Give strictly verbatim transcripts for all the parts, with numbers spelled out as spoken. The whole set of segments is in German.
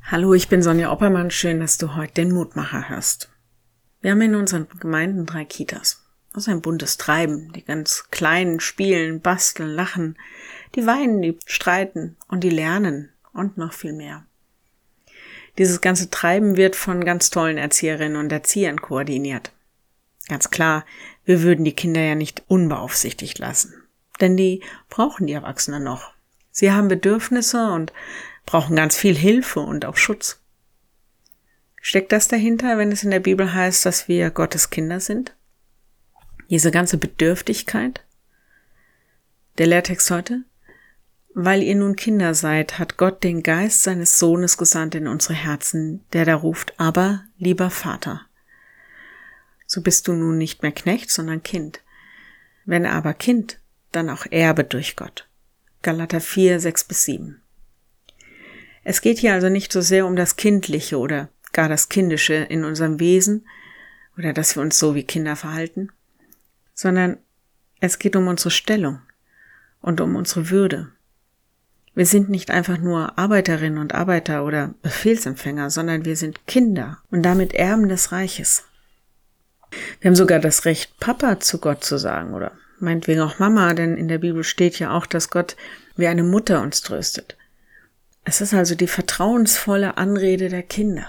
Hallo, ich bin Sonja Oppermann. Schön, dass du heute den Mutmacher hörst. Wir haben in unseren Gemeinden drei Kitas. Das ist ein buntes Treiben. Die ganz Kleinen spielen, basteln, lachen. Die weinen, die streiten und die lernen und noch viel mehr. Dieses ganze Treiben wird von ganz tollen Erzieherinnen und Erziehern koordiniert. Ganz klar, wir würden die Kinder ja nicht unbeaufsichtigt lassen. Denn die brauchen die Erwachsenen noch. Sie haben Bedürfnisse und brauchen ganz viel Hilfe und auch Schutz. Steckt das dahinter, wenn es in der Bibel heißt, dass wir Gottes Kinder sind? Diese ganze Bedürftigkeit? Der Lehrtext heute? Weil ihr nun Kinder seid, hat Gott den Geist seines Sohnes gesandt in unsere Herzen, der da ruft, aber lieber Vater. So bist du nun nicht mehr Knecht, sondern Kind. Wenn aber Kind, dann auch Erbe durch Gott. Galater vier, sechs bis sieben. Es geht hier also nicht so sehr um das Kindliche oder gar das Kindische in unserem Wesen oder dass wir uns so wie Kinder verhalten, sondern es geht um unsere Stellung und um unsere Würde. Wir sind nicht einfach nur Arbeiterinnen und Arbeiter oder Befehlsempfänger, sondern wir sind Kinder und damit Erben des Reiches. Wir haben sogar das Recht, Papa zu Gott zu sagen oder meinetwegen auch Mama, denn in der Bibel steht ja auch, dass Gott wie eine Mutter uns tröstet. Es ist also die vertrauensvolle Anrede der Kinder.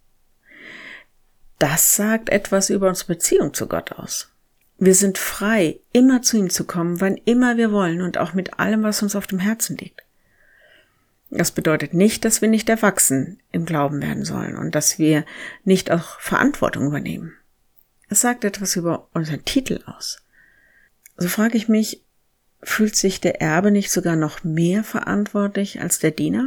Das sagt etwas über unsere Beziehung zu Gott aus. Wir sind frei, immer zu ihm zu kommen, wann immer wir wollen und auch mit allem, was uns auf dem Herzen liegt. Das bedeutet nicht, dass wir nicht erwachsen im Glauben werden sollen und dass wir nicht auch Verantwortung übernehmen. Es sagt etwas über unseren Titel aus. So frage ich mich, fühlt sich der Erbe nicht sogar noch mehr verantwortlich als der Diener?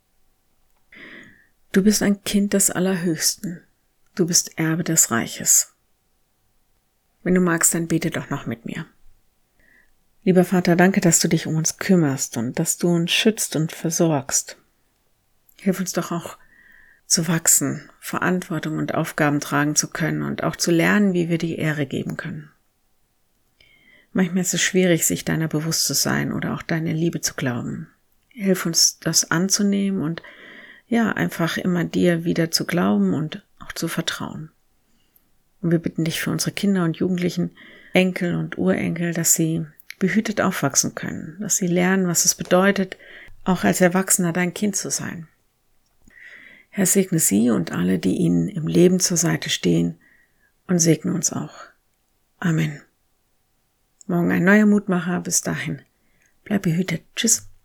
Du bist ein Kind des Allerhöchsten. Du bist Erbe des Reiches. Wenn du magst, dann bete doch noch mit mir. Lieber Vater, danke, dass du dich um uns kümmerst und dass du uns schützt und versorgst. Hilf uns doch auch zu wachsen, Verantwortung und Aufgaben tragen zu können und auch zu lernen, wie wir die Ehre geben können. Manchmal ist es schwierig, sich deiner bewusst zu sein oder auch deine Liebe zu glauben. Hilf uns, das anzunehmen und ja, einfach immer dir wieder zu glauben und auch zu vertrauen. Und wir bitten dich für unsere Kinder und Jugendlichen, Enkel und Urenkel, dass sie behütet aufwachsen können, dass sie lernen, was es bedeutet, auch als Erwachsener dein Kind zu sein. Herr, segne sie und alle, die ihnen im Leben zur Seite stehen und segne uns auch. Amen. Morgen ein neuer Mutmacher. Bis dahin. Bleib behütet. Tschüss.